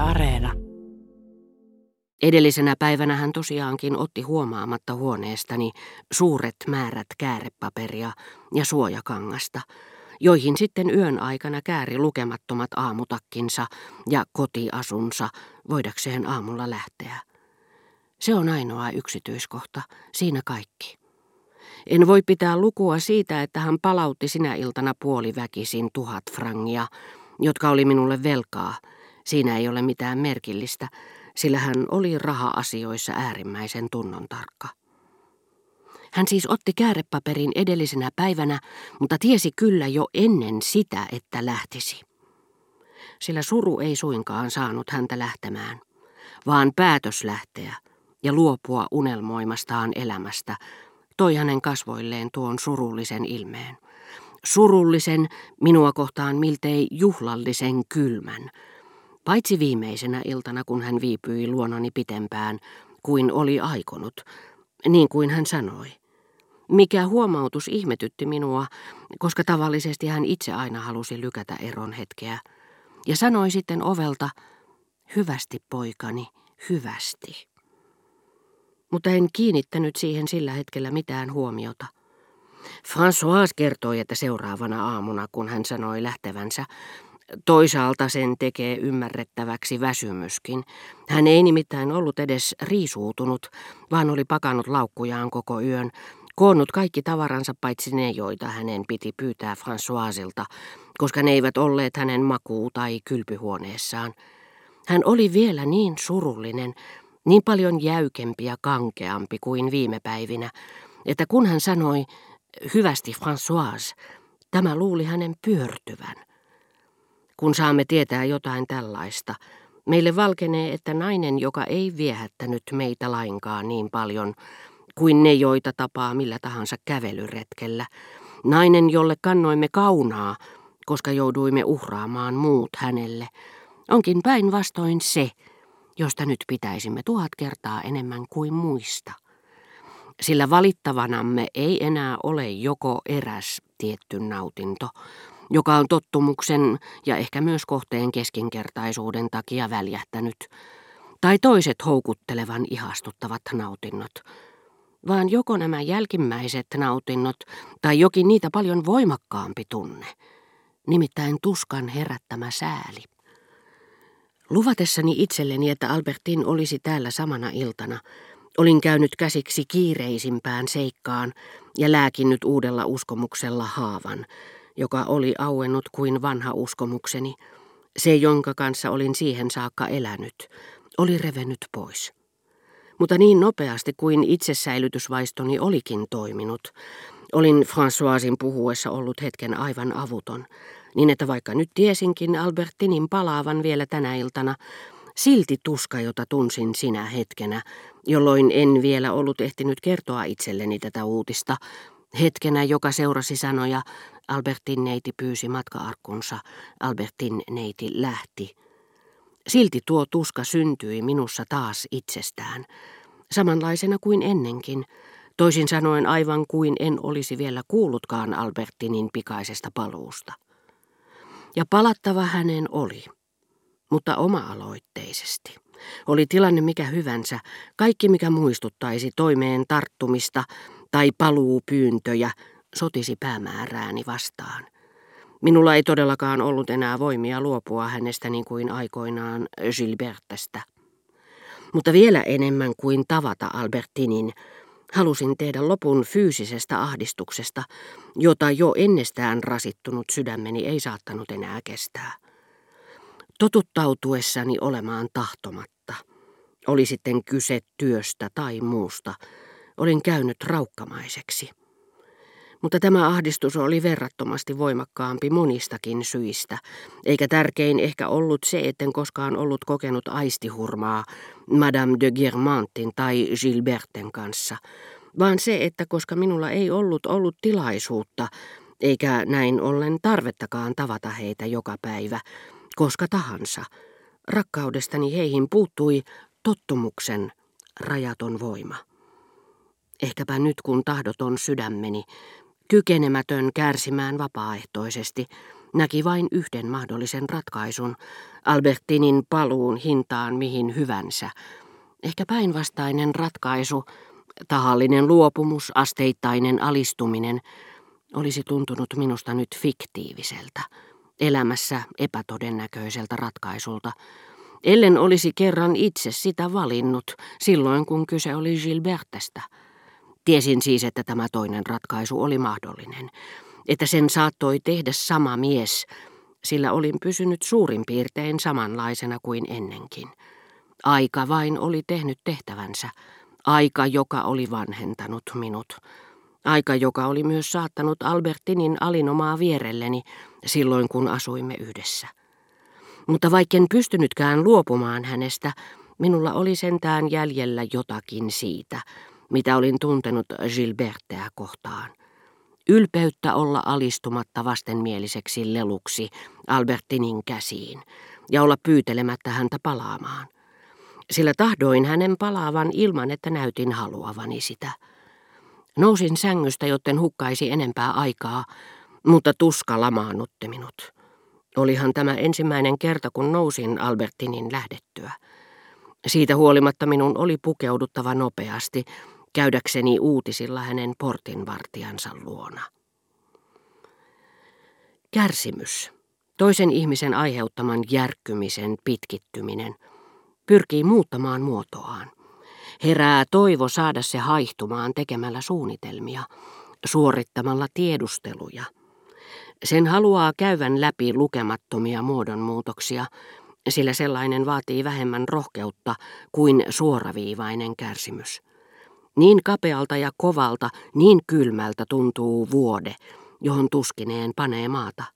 Areena. Edellisenä päivänä hän tosiaankin otti huomaamatta huoneestani suuret määrät käärepaperia ja suojakangasta, joihin sitten yön aikana kääri lukemattomat aamutakkinsa ja kotiasunsa voidakseen aamulla lähteä. Se on ainoa yksityiskohta, siinä kaikki. En voi pitää lukua siitä, että hän palautti sinä iltana puoliväkisin 1000 frangia, jotka oli minulle velkaa. Siinä ei ole mitään merkillistä, sillä hän oli raha-asioissa äärimmäisen tunnontarkka. Hän siis otti käärepaperin edellisenä päivänä, mutta tiesi kyllä jo ennen sitä, että lähtisi. Sillä suru ei suinkaan saanut häntä lähtemään, vaan päätös lähteä ja luopua unelmoimastaan elämästä toi hänen kasvoilleen tuon surullisen ilmeen. Surullisen, minua kohtaan miltei juhlallisen kylmän, paitsi viimeisenä iltana, kun hän viipyi luonani pitempään kuin oli aikonut, niin kuin hän sanoi. Mikä huomautus ihmetytti minua, koska tavallisesti hän itse aina halusi lykätä eron hetkeä, ja sanoi sitten ovelta, hyvästi poikani, hyvästi. Mutta en kiinnittänyt siihen sillä hetkellä mitään huomiota. François kertoi, että seuraavana aamuna, kun hän sanoi lähtevänsä, toisaalta sen tekee ymmärrettäväksi väsymyskin. Hän ei nimittäin ollut edes riisuutunut, vaan oli pakannut laukkujaan koko yön, koonnut kaikki tavaransa paitsi ne, joita hänen piti pyytää Françoisilta, koska ne eivät olleet hänen makuu- tai kylpyhuoneessaan. Hän oli vielä niin surullinen, niin paljon jäykempi ja kankeampi kuin viime päivinä, että kun hän sanoi, hyvästi Françoise, tämä luuli hänen pyörtyvän. Kun saamme tietää jotain tällaista, meille valkenee, että nainen, joka ei viehättänyt meitä lainkaan niin paljon kuin ne, joita tapaa millä tahansa kävelyretkellä, nainen, jolle kannoimme kaunaa, koska jouduimme uhraamaan muut hänelle, onkin päinvastoin se, josta nyt pitäisimme 1000 kertaa enemmän kuin muista. Sillä valittavanamme ei enää ole joko eräs tietty nautinto, joka on tottumuksen ja ehkä myös kohteen keskinkertaisuuden takia väljähtänyt, tai toiset houkuttelevan ihastuttavat nautinnot, vaan joko nämä jälkimmäiset nautinnot tai jokin niitä paljon voimakkaampi tunne, nimittäin tuskan herättämä sääli. Luvatessani itselleni, että Albertine olisi täällä samana iltana, olin käynyt käsiksi kiireisimpään seikkaan ja lääkinnyt uudella uskomuksella haavan, joka oli auennut kuin vanha uskomukseni. Se, jonka kanssa olin siihen saakka elänyt, oli revennyt pois. Mutta niin nopeasti kuin itsesäilytysvaistoni olikin toiminut, olin Françoisin puhuessa ollut hetken aivan avuton, niin että vaikka nyt tiesinkin Albertinin palaavan vielä tänä iltana, silti tuska, jota tunsin sinä hetkenä, jolloin en vielä ollut ehtinyt kertoa itselleni tätä uutista, hetkenä, joka seurasi sanoja, Albertin neiti pyysi matka-arkkunsa, Albertin neiti lähti. Silti tuo tuska syntyi minussa taas itsestään, samanlaisena kuin ennenkin, toisin sanoen aivan kuin en olisi vielä kuullutkaan Albertinin pikaisesta paluusta. Ja palattava hänen oli, mutta oma-aloitteisesti. Oli tilanne mikä hyvänsä, kaikki mikä muistuttaisi toimeen tarttumista tai paluupyyntöjä sotisi päämäärääni vastaan. Minulla ei todellakaan ollut enää voimia luopua hänestä niin kuin aikoinaan Gilbertestä. Mutta vielä enemmän kuin tavata Albertinin, halusin tehdä lopun fyysisestä ahdistuksesta, jota jo ennestään rasittunut sydämeni ei saattanut enää kestää. Totuttautuessani olemaan tahtomatta, oli sitten kyse työstä tai muusta, olin käynyt raukkamaiseksi. Mutta tämä ahdistus oli verrattomasti voimakkaampi monistakin syistä, eikä tärkein ehkä ollut se, etten koskaan ollut kokenut aistihurmaa Madame de Guermantin tai Gilberten kanssa, vaan se, että koska minulla ei ollut tilaisuutta, eikä näin ollen tarvettakaan tavata heitä joka päivä, koska tahansa, rakkaudestani heihin puuttui tottumuksen rajaton voima. Ehkäpä nyt kun tahdoton sydämeni, kykenemätön kärsimään vapaaehtoisesti, Näki vain yhden mahdollisen ratkaisun, Albertinin paluun hintaan mihin hyvänsä. Ehkä päinvastainen ratkaisu, tahallinen luopumus, asteittainen alistuminen, olisi tuntunut minusta nyt fiktiiviseltä, elämässä epätodennäköiseltä ratkaisulta, ellen olisi kerran itse sitä valinnut silloin, kun kyse oli Gilbertestä. Tiesin siis, että tämä toinen ratkaisu oli mahdollinen, että sen saattoi tehdä sama mies, sillä olin pysynyt suurin piirtein samanlaisena kuin ennenkin. Aika vain oli tehnyt tehtävänsä, aika, joka oli vanhentanut minut. Aika, joka oli myös saattanut Albertinin alinomaa vierelleni silloin, kun asuimme yhdessä. Mutta vaikken pystynytkään luopumaan hänestä, minulla oli sentään jäljellä jotakin siitä, mitä olin tuntenut Gilberteä kohtaan. Ylpeyttä olla alistumatta vastenmieliseksi leluksi Albertinin käsiin ja olla pyytelemättä häntä palaamaan. Sillä tahdoin hänen palaavan ilman, että näytin haluavani sitä. Nousin sängystä, jotten hukkaisi enempää aikaa, mutta tuska lamaannutti minut. Olihan tämä ensimmäinen kerta, kun nousin Albertinin lähdettyä. Siitä huolimatta minun oli pukeuduttava nopeasti, käydäkseni uutisilla hänen portinvartijansa luona. Kärsimys, toisen ihmisen aiheuttaman järkkymisen pitkittyminen, pyrkii muuttamaan muotoaan. Herää toivo saada se haihtumaan tekemällä suunnitelmia, suorittamalla tiedusteluja. Sen haluaa käyvän läpi lukemattomia muodonmuutoksia, sillä sellainen vaatii vähemmän rohkeutta kuin suoraviivainen kärsimys. Niin kapealta ja kovalta, niin kylmältä tuntuu vuode, johon tuskineen panee maata.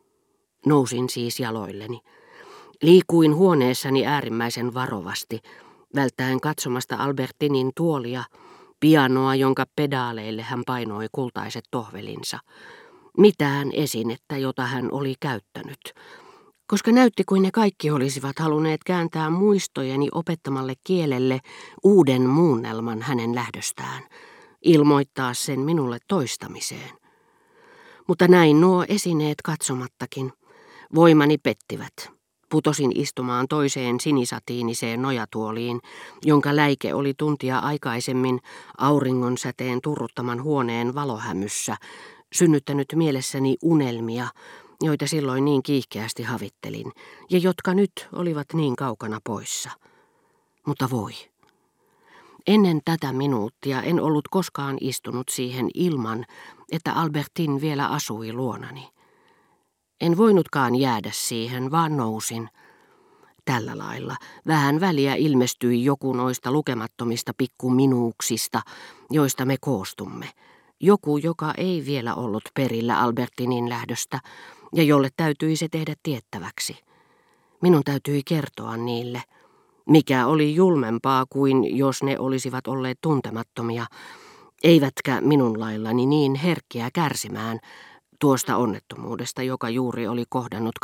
Nousin siis jaloilleni. Liikuin huoneessani äärimmäisen varovasti, välttäen katsomasta Albertinin tuolia, pianoa, jonka pedaaleille hän painoi kultaiset tohvelinsa. Mitään esinettä, jota hän oli käyttänyt, koska näytti kuin ne kaikki olisivat halunneet kääntää muistojeni opettamalle kielelle uuden muunnelman hänen lähdöstään, ilmoittaa sen minulle toistamiseen. Mutta näin nuo esineet katsomattakin. Voimani pettivät. Putosin istumaan toiseen sinisatiiniseen nojatuoliin, jonka läike oli tuntia aikaisemmin auringonsäteen turruttaman huoneen valohämyssä, synnyttänyt mielessäni unelmia, joita silloin niin kiihkeästi havittelin, ja jotka nyt olivat niin kaukana poissa. Mutta voi. Ennen tätä minuuttia en ollut koskaan istunut siihen ilman, että Albertine vielä asui luonani. En voinutkaan jäädä siihen, vaan nousin. Tällä lailla vähän väliä ilmestyi joku noista lukemattomista pikkuminuuksista, joista me koostumme. Joku, joka ei vielä ollut perillä Albertinin lähdöstä ja jolle täytyi se tehdä tiettäväksi. Minun täytyi kertoa niille, mikä oli julmempaa kuin jos ne olisivat olleet tuntemattomia, eivätkä minun laillani niin herkkiä kärsimään tuosta onnettomuudesta, joka juuri oli kohdannut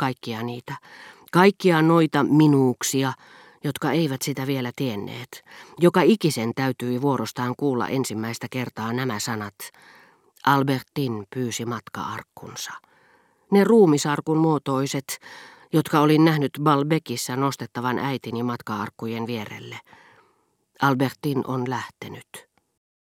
kaikkia noita minuuksia, jotka eivät sitä vielä tienneet. Joka ikisen täytyi vuorostaan kuulla ensimmäistä kertaa nämä sanat. Albertine pyysi matka-arkkunsa. Ne ruumisarkun muotoiset, jotka olin nähnyt Balbekissa nostettavan äitini matka-arkkujen vierelle. Albertine on lähtenyt.